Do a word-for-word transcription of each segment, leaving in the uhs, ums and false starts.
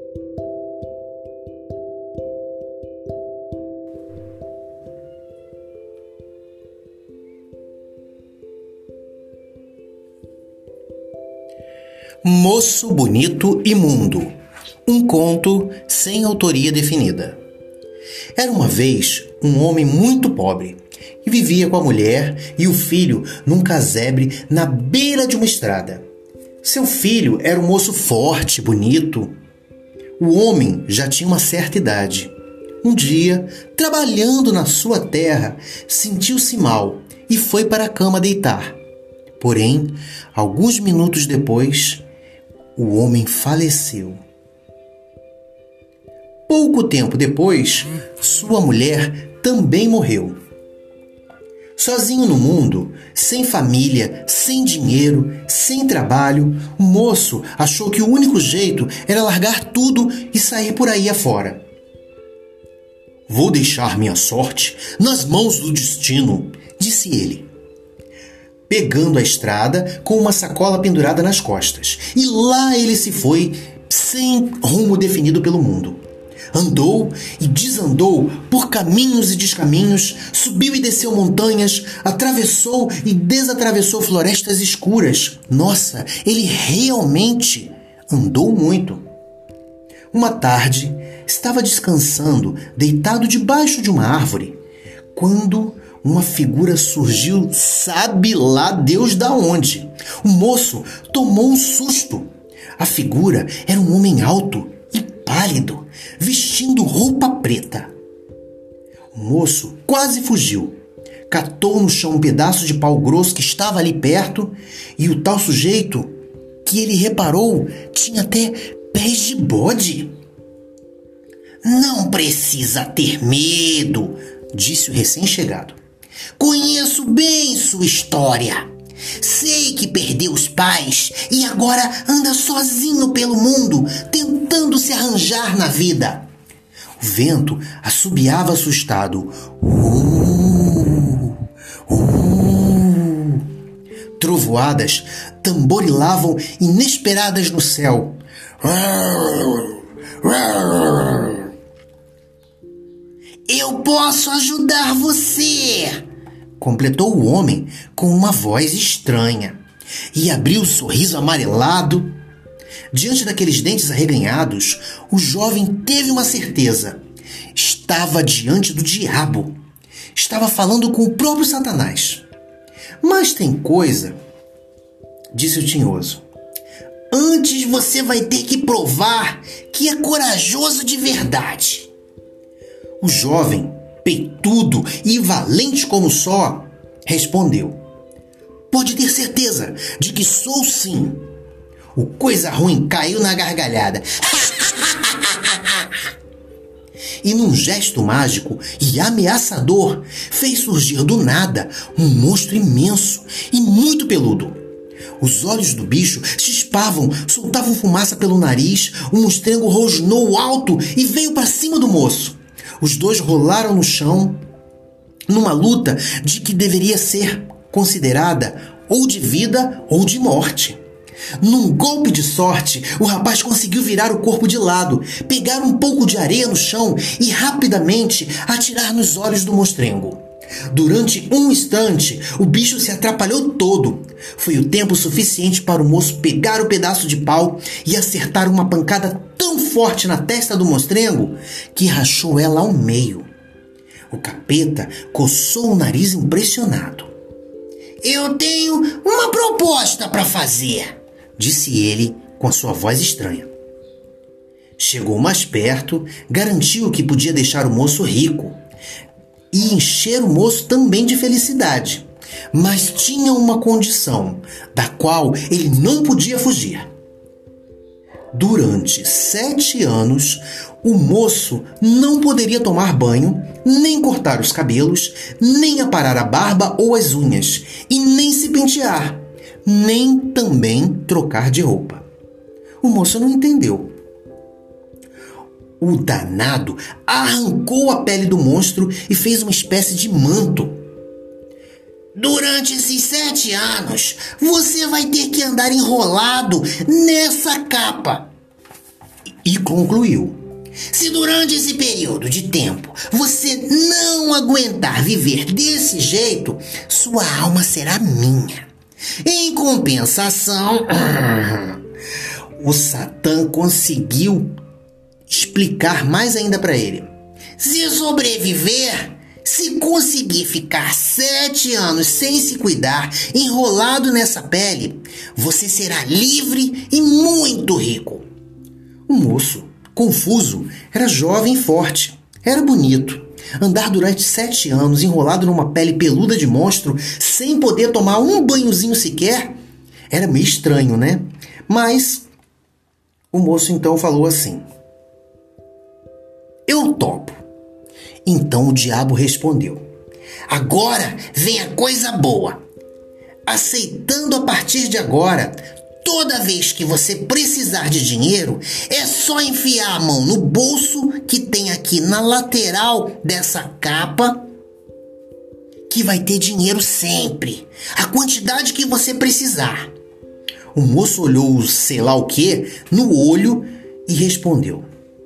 Moço Bonito e Mundo, um conto sem autoria definida. Era uma vez um homem muito pobre que vivia com a mulher e o filho num casebre na beira de uma estrada. Seu filho era um moço forte, bonito. O homem já tinha uma certa idade. Um dia, trabalhando na sua terra, sentiu-se mal e foi para a cama deitar. Porém, alguns minutos depois, o homem faleceu. Pouco tempo depois, sua mulher também morreu. Sozinho no mundo, sem família, sem dinheiro, sem trabalho, o moço achou que o único jeito era largar tudo e sair por aí afora. "Vou deixar minha sorte nas mãos do destino", disse ele, pegando a estrada com uma sacola pendurada nas costas. E lá ele se foi, sem rumo definido pelo mundo. Andou e desandou por caminhos e descaminhos, subiu e desceu montanhas, atravessou e desatravessou florestas escuras. Nossa, ele realmente andou muito. Uma tarde, estava descansando, deitado debaixo de uma árvore, quando uma figura surgiu, sabe lá Deus da onde. O moço tomou um susto. A figura era um homem alto e pálido, vestindo roupa preta. O moço quase fugiu. Catou no chão um pedaço de pau grosso que estava ali perto, e o tal sujeito, que ele reparou, tinha até pés de bode. "Não precisa ter medo", disse o recém-chegado. "Conheço bem sua história. Sei que perdeu os pais e agora anda sozinho pelo mundo, tentando se arranjar na vida." O vento assobiava assustado. Uh, uh. Trovoadas tamborilavam inesperadas no céu. "Eu posso ajudar você", completou o homem com uma voz estranha, e abriu o sorriso amarelado. Diante daqueles dentes arreganhados, o jovem teve uma certeza. Estava diante do diabo. Estava falando com o próprio Satanás. "Mas tem coisa", disse o tinhoso. "Antes você vai ter que provar que é corajoso de verdade." O jovem, peitudo e valente como só, respondeu: "Pode ter certeza de que sou sim." O coisa ruim caiu na gargalhada. E num gesto mágico e ameaçador, fez surgir do nada um monstro imenso e muito peludo. Os olhos do bicho chispavam, soltavam fumaça pelo nariz, o monstrengo rosnou alto e veio para cima do moço. Os dois rolaram no chão, numa luta de que deveria ser considerada ou de vida ou de morte. Num golpe de sorte, o rapaz conseguiu virar o corpo de lado, pegar um pouco de areia no chão e rapidamente atirar nos olhos do monstrengo. Durante um instante, o bicho se atrapalhou todo. Foi o tempo suficiente para o moço pegar o pedaço de pau e acertar uma pancada tão forte na testa do monstrengo que rachou ela ao meio. O capeta coçou o nariz impressionado. "Eu tenho uma proposta para fazer", disse ele com a sua voz estranha. Chegou mais perto, garantiu que podia deixar o moço rico e encher o moço também de felicidade. Mas tinha uma condição, da qual ele não podia fugir. Durante sete anos, o moço não poderia tomar banho, nem cortar os cabelos, nem aparar a barba ou as unhas, e nem se pentear, nem também trocar de roupa. O moço não entendeu. O danado arrancou a pele do monstro e fez uma espécie de manto. "Durante esses sete anos, você vai ter que andar enrolado nessa capa. e concluiu: se durante esse período de tempo você não aguentar viver desse jeito, sua alma será minha. Em compensação, o Satã conseguiu explicar mais ainda para ele. Se sobreviver, se conseguir ficar sete anos sem se cuidar, enrolado nessa pele, você será livre e muito rico. O moço, confuso, era jovem e forte. Era bonito. Andar durante sete anos enrolado numa pele peluda de monstro, sem poder tomar um banhozinho sequer, era meio estranho, né? Mas o moço então falou assim: eu topo. Então o diabo respondeu: agora vem a coisa boa. Aceitando a partir de agora, toda vez que você precisar de dinheiro, é só enfiar a mão no bolso que tem aqui na lateral dessa capa, que vai ter dinheiro sempre, a quantidade que você precisar. O moço olhou o sei lá o que no olho e respondeu: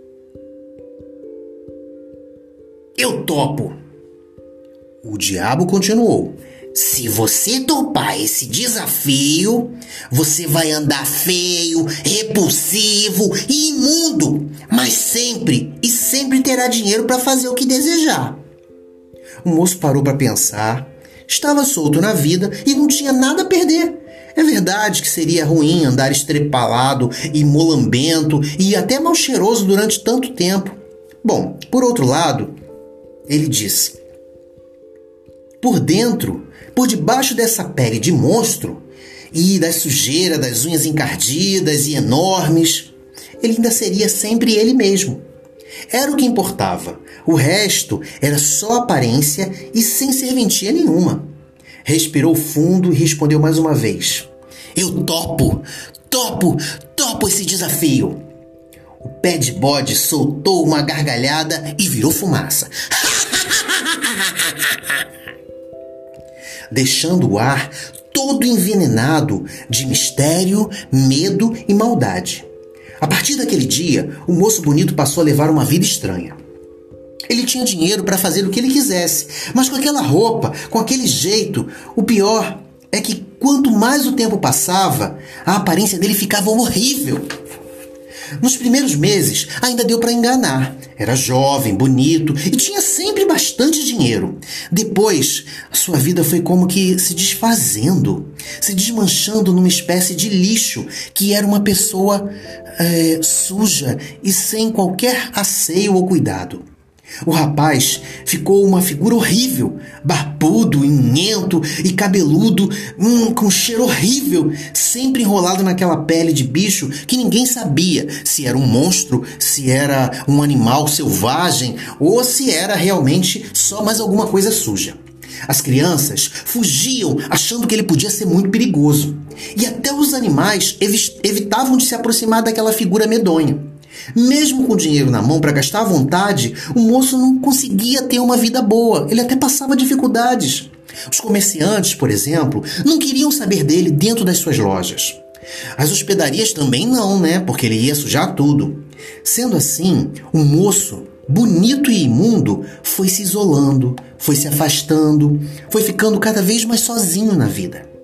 eu topo. O diabo continuou: se você topar esse desafio, você vai andar feio, repulsivo e imundo, mas sempre e sempre terá dinheiro para fazer o que desejar. O moço parou para pensar. Estava solto na vida e não tinha nada a perder. É verdade que seria ruim andar estrepalado e molambento e até mal cheiroso durante tanto tempo. Bom, por outro lado, ele disse: por dentro, por debaixo dessa pele de monstro e da sujeira das unhas encardidas e enormes, ele ainda seria sempre ele mesmo. Era o que importava. O resto era só aparência e sem serventia nenhuma. Respirou fundo e respondeu mais uma vez: eu topo, topo, topo esse desafio. O pé de bode soltou uma gargalhada e virou fumaça, deixando o ar todo envenenado de mistério, medo e maldade. A partir daquele dia, o moço bonito passou a levar uma vida estranha. Ele tinha dinheiro para fazer o que ele quisesse, mas com aquela roupa, com aquele jeito, o pior é que quanto mais o tempo passava, a aparência dele ficava horrível. Nos primeiros meses, ainda deu para enganar. Era jovem, bonito e tinha sempre bastante dinheiro. Depois, a sua vida foi como que se desfazendo, se desmanchando numa espécie de lixo que era uma pessoa é, suja e sem qualquer asseio ou cuidado. O rapaz ficou uma figura horrível, barbudo, inhento e cabeludo, hum, com cheiro horrível, sempre enrolado naquela pele de bicho que ninguém sabia se era um monstro, se era um animal selvagem ou se era realmente só mais alguma coisa suja. As crianças fugiam achando que ele podia ser muito perigoso, e até os animais evi- evitavam de se aproximar daquela figura medonha. Mesmo com dinheiro na mão para gastar à vontade, o moço não conseguia ter uma vida boa. Ele até passava dificuldades. Os comerciantes, por exemplo, não queriam saber dele dentro das suas lojas. As hospedarias também não, né? Porque ele ia sujar tudo. Sendo assim, o moço, bonito e imundo, foi se isolando, foi se afastando, foi ficando cada vez mais sozinho na vida.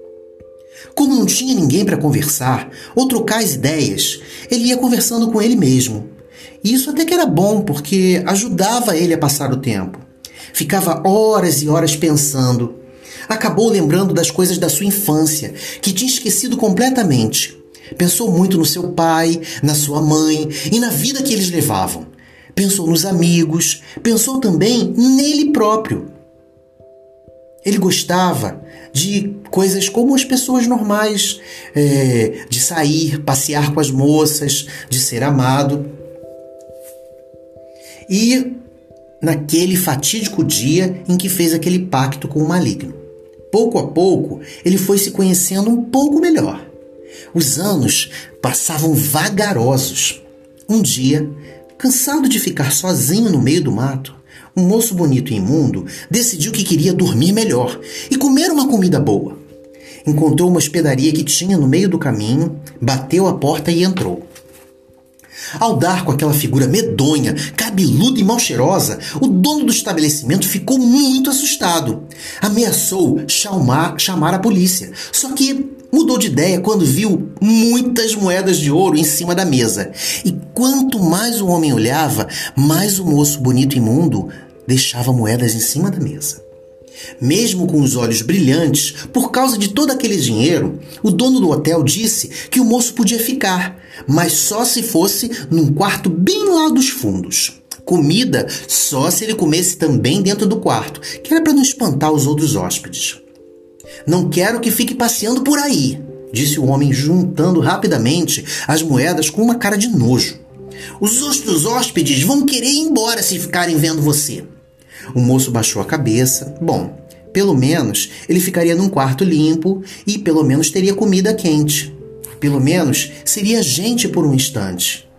Como não tinha ninguém para conversar ou trocar as ideias, ele ia conversando com ele mesmo. E isso até que era bom, porque ajudava ele a passar o tempo. Ficava horas e horas pensando. Acabou lembrando das coisas da sua infância, que tinha esquecido completamente. Pensou muito no seu pai, na sua mãe e na vida que eles levavam. Pensou nos amigos, pensou também nele próprio. Ele gostava de coisas como as pessoas normais, é, de sair, passear com as moças, de ser amado. E naquele fatídico dia em que fez aquele pacto com o maligno. Pouco a pouco, ele foi se conhecendo um pouco melhor. Os anos passavam vagarosos. Um dia, cansado de ficar sozinho no meio do mato, um moço bonito e imundo decidiu que queria dormir melhor e comer uma comida boa. Encontrou uma hospedaria que tinha no meio do caminho, bateu a porta e entrou. Ao dar com aquela figura medonha, cabeluda e mal cheirosa, o dono do estabelecimento ficou muito assustado. Ameaçou chamar, chamar a polícia, só que mudou de ideia quando viu muitas moedas de ouro em cima da mesa. E quanto mais o homem olhava, mais o moço bonito e imundo deixava moedas em cima da mesa. Mesmo com os olhos brilhantes, por causa de todo aquele dinheiro, o dono do hotel disse que o moço podia ficar, mas só se fosse num quarto bem lá dos fundos. Comida só se ele comesse também dentro do quarto, que era para não espantar os outros hóspedes. Não quero que fique passeando por aí, disse o homem, juntando rapidamente as moedas com uma cara de nojo. Os outros hóspedes vão querer ir embora se ficarem vendo você. O moço baixou a cabeça. Bom, pelo menos ele ficaria num quarto limpo e pelo menos teria comida quente. Pelo menos seria gente por um instante.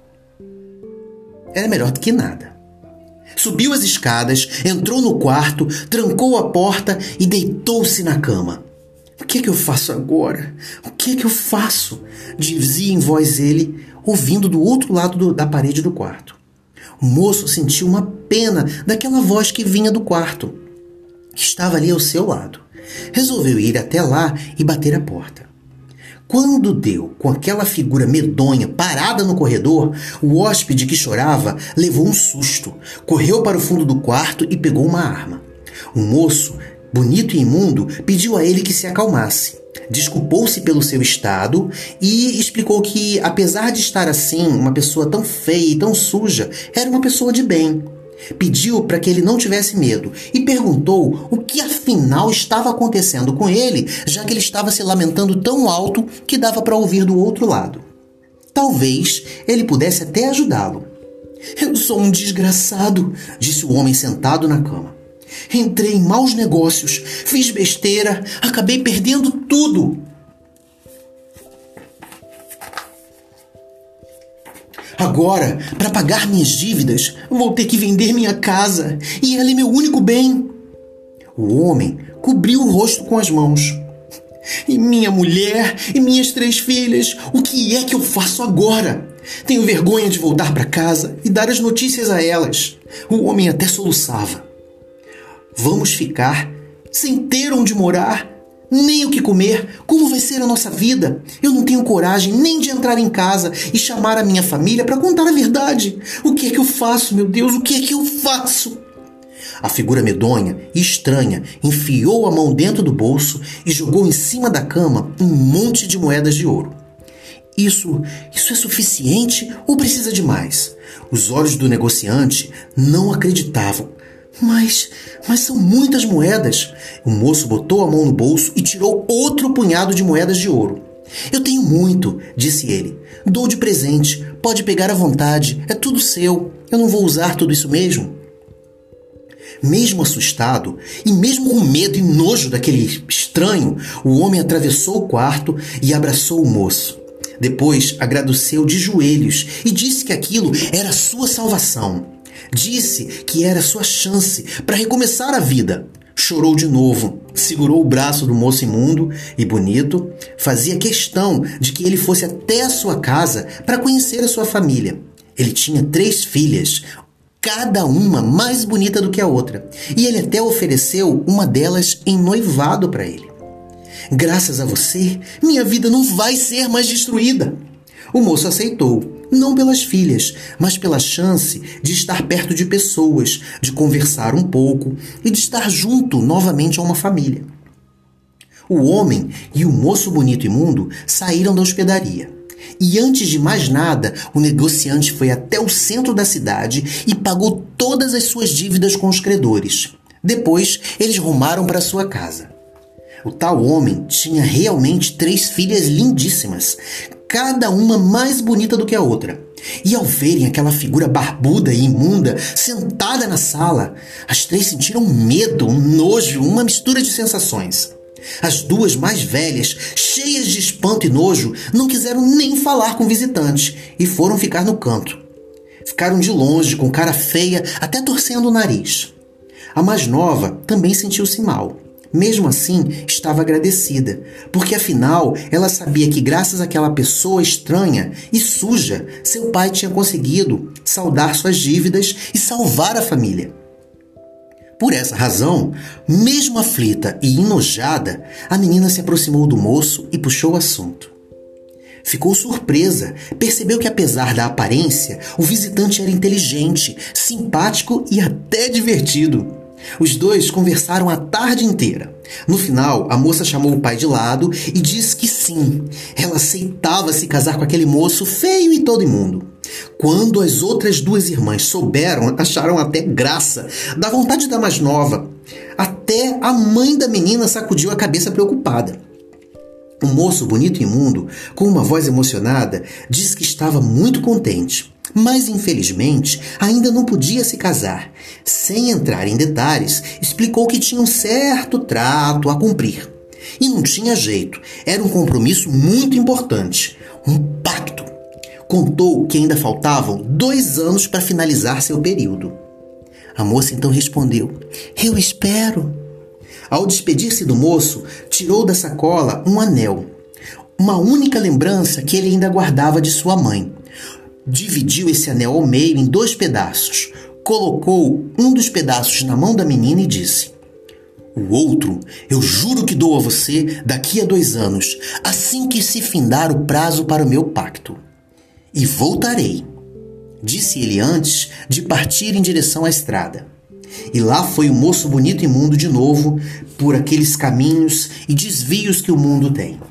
Era melhor do que nada. Subiu as escadas, entrou no quarto, trancou a porta e deitou-se na cama. O que é que eu faço agora? O que é que eu faço? Dizia em voz ele, ouvindo do outro lado do, da parede do quarto. O moço sentiu uma pena daquela voz que vinha do quarto, que estava ali ao seu lado. Resolveu ir até lá e bater a porta. Quando deu com aquela figura medonha parada no corredor, o hóspede que chorava levou um susto, correu para o fundo do quarto e pegou uma arma. O moço, bonito e imundo, pediu a ele que se acalmasse. Desculpou-se pelo seu estado e explicou que, apesar de estar assim, uma pessoa tão feia e tão suja, era uma pessoa de bem. Pediu para que ele não tivesse medo e perguntou o que afinal estava acontecendo com ele, já que ele estava se lamentando tão alto que dava para ouvir do outro lado. Talvez ele pudesse até ajudá-lo. Eu sou um desgraçado, disse o homem sentado na cama. Entrei em maus negócios, fiz besteira, acabei perdendo tudo. Agora, para pagar minhas dívidas, vou ter que vender minha casa, e ela é meu único bem. O homem cobriu o rosto com as mãos. E minha mulher e minhas três filhas, o que é que eu faço agora? Tenho vergonha de voltar para casa e dar as notícias a elas. O homem até soluçava. Vamos ficar sem ter onde morar, nem o que comer. Como vai ser a nossa vida? Eu não tenho coragem nem de entrar em casa e chamar a minha família para contar a verdade. O que é que eu faço, meu Deus? O que é que eu faço? A figura medonha e estranha enfiou a mão dentro do bolso e jogou em cima da cama um monte de moedas de ouro. Isso, isso é suficiente ou precisa de mais? Os olhos do negociante não acreditavam. Mas, mas são muitas moedas. O moço botou a mão no bolso e tirou outro punhado de moedas de ouro. Eu tenho muito, disse ele. Dou de presente, pode pegar à vontade, é tudo seu. Eu não vou usar tudo isso mesmo. Mesmo assustado e mesmo com medo e nojo daquele estranho, o homem atravessou o quarto e abraçou o moço. Depois agradeceu de joelhos e disse que aquilo era sua salvação. Disse que era sua chance para recomeçar a vida. Chorou de novo, segurou o braço do moço imundo e bonito, fazia questão de que ele fosse até a sua casa para conhecer a sua família. Ele tinha três filhas, cada uma mais bonita do que a outra, e ele até ofereceu uma delas em noivado para ele. Graças a você, minha vida não vai ser mais destruída. O moço aceitou. Não pelas filhas, mas pela chance de estar perto de pessoas, de conversar um pouco e de estar junto novamente a uma família. O homem e o moço bonito e imundo saíram da hospedaria. E antes de mais nada, o negociante foi até o centro da cidade e pagou todas as suas dívidas com os credores. Depois, eles rumaram para sua casa. O tal homem tinha realmente três filhas lindíssimas, cada uma mais bonita do que a outra. E ao verem aquela figura barbuda e imunda sentada na sala, as três sentiram medo, um nojo, uma mistura de sensações. As duas mais velhas, cheias de espanto e nojo, não quiseram nem falar com o visitante e foram ficar no canto. Ficaram de longe, com cara feia, até torcendo o nariz. A mais nova também sentiu-se mal. Mesmo assim, estava agradecida, porque afinal ela sabia que graças àquela pessoa estranha e suja, seu pai tinha conseguido saldar suas dívidas e salvar a família. Por essa razão, mesmo aflita e enojada, a menina se aproximou do moço e puxou o assunto. Ficou surpresa, percebeu que apesar da aparência, o visitante era inteligente, simpático e até divertido. Os dois conversaram a tarde inteira. No final, a moça chamou o pai de lado e disse que sim, ela aceitava se casar com aquele moço feio e todo imundo. Quando as outras duas irmãs souberam, acharam até graça, da vontade da mais nova. Até a mãe da menina sacudiu a cabeça preocupada. O moço bonito e imundo, com uma voz emocionada, disse que estava muito contente. Mas, infelizmente, ainda não podia se casar. Sem entrar em detalhes, explicou que tinha um certo trato a cumprir. E não tinha jeito, era um compromisso muito importante, um pacto. Contou que ainda faltavam dois anos para finalizar seu período. A moça então respondeu: "Eu espero." Ao despedir-se do moço, tirou da sacola um anel, uma única lembrança que ele ainda guardava de sua mãe. Dividiu esse anel ao meio em dois pedaços, colocou um dos pedaços na mão da menina e disse: "O outro eu juro que dou a você daqui a dois anos, assim que se findar o prazo para o meu pacto. E voltarei", disse ele antes de partir em direção à estrada. E lá foi o moço bonito e imundo de novo, por aqueles caminhos e desvios que o mundo tem.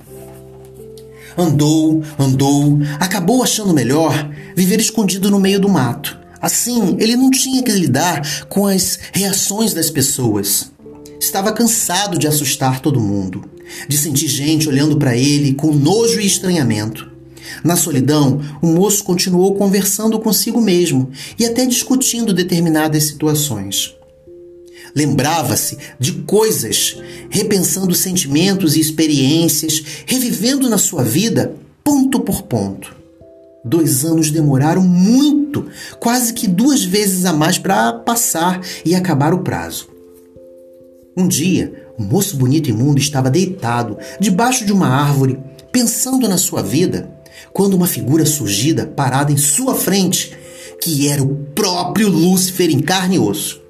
Andou, andou, acabou achando melhor viver escondido no meio do mato. Assim, ele não tinha que lidar com as reações das pessoas. Estava cansado de assustar todo mundo, de sentir gente olhando para ele com nojo e estranhamento. Na solidão, o moço continuou conversando consigo mesmo e até discutindo determinadas situações. Lembrava-se de coisas, repensando sentimentos e experiências, revivendo na sua vida ponto por ponto. Dois anos demoraram muito, quase que duas vezes a mais para passar e acabar o prazo. Um dia, o moço bonito e imundo estava deitado debaixo de uma árvore, pensando na sua vida, quando uma figura surgida parada em sua frente, que era o próprio Lúcifer em carne e osso.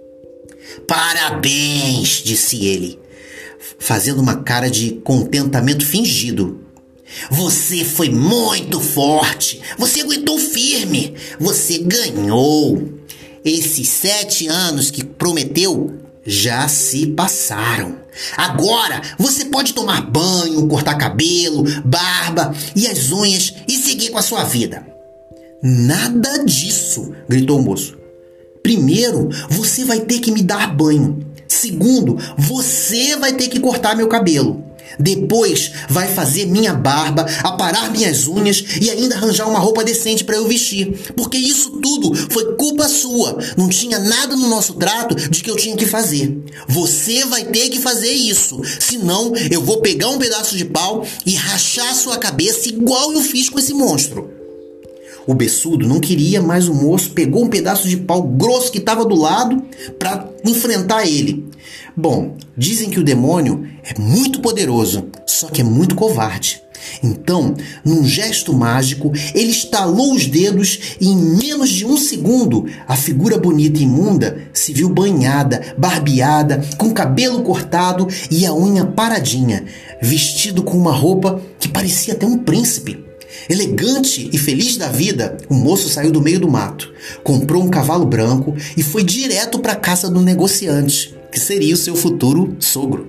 "Parabéns", disse ele, fazendo uma cara de contentamento fingido. "Você foi muito forte, você aguentou firme, você ganhou. Esses sete anos que prometeu já se passaram. Agora você pode tomar banho, cortar cabelo, barba e as unhas e seguir com a sua vida." "Nada disso", gritou o moço. "Primeiro, você vai ter que me dar banho. Segundo, você vai ter que cortar meu cabelo. Depois, vai fazer minha barba, aparar minhas unhas e ainda arranjar uma roupa decente para eu vestir. Porque isso tudo foi culpa sua. Não tinha nada no nosso trato de que eu tinha que fazer. Você vai ter que fazer isso. Senão, eu vou pegar um pedaço de pau e rachar sua cabeça igual eu fiz com esse monstro." O beçudo não queria, mas o moço pegou um pedaço de pau grosso que estava do lado para enfrentar ele. Bom, dizem que o demônio é muito poderoso, só que é muito covarde. Então, num gesto mágico, ele estalou os dedos e em menos de um segundo, a figura bonita e imunda se viu banhada, barbeada, com cabelo cortado e a unha paradinha, vestido com uma roupa que parecia até um príncipe. Elegante e feliz da vida, o moço saiu do meio do mato, comprou um cavalo branco e foi direto para a casa do negociante, que seria o seu futuro sogro.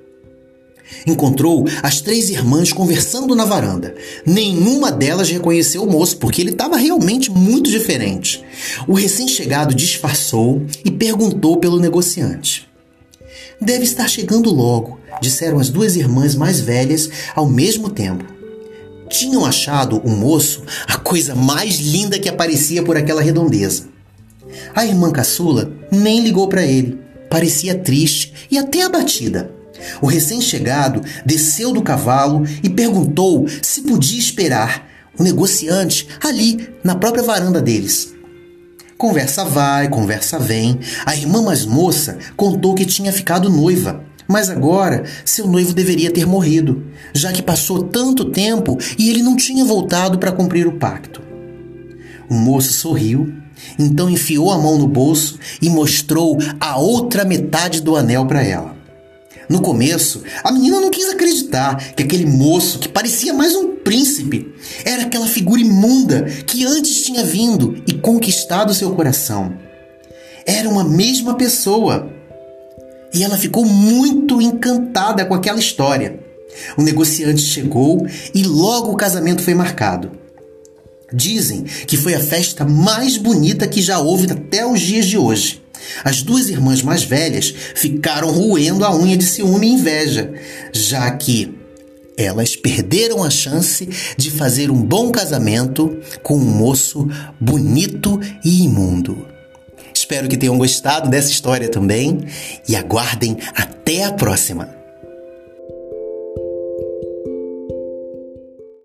Encontrou as três irmãs conversando na varanda. Nenhuma delas reconheceu o moço, porque ele estava realmente muito diferente. O recém-chegado disfarçou e perguntou pelo negociante. "Deve estar chegando logo", disseram as duas irmãs mais velhas ao mesmo tempo. Tinham achado o moço a coisa mais linda que aparecia por aquela redondeza. A irmã caçula nem ligou para ele, parecia triste e até abatida. O recém-chegado desceu do cavalo e perguntou se podia esperar o negociante ali na própria varanda deles. Conversa vai, conversa vem. A irmã mais moça contou que tinha ficado noiva, mas agora seu noivo deveria ter morrido, já que passou tanto tempo e ele não tinha voltado para cumprir o pacto. O moço sorriu, então enfiou a mão no bolso e mostrou a outra metade do anel para ela. No começo, a menina não quis acreditar que aquele moço, que parecia mais um príncipe, era aquela figura imunda que antes tinha vindo e conquistado seu coração. Era uma mesma pessoa. E ela ficou muito encantada com aquela história. O negociante chegou e logo o casamento foi marcado. Dizem que foi a festa mais bonita que já houve até os dias de hoje. As duas irmãs mais velhas ficaram roendo a unha de ciúme e inveja, já que elas perderam a chance de fazer um bom casamento com um moço bonito e imundo. Espero que tenham gostado dessa história também e aguardem até a próxima.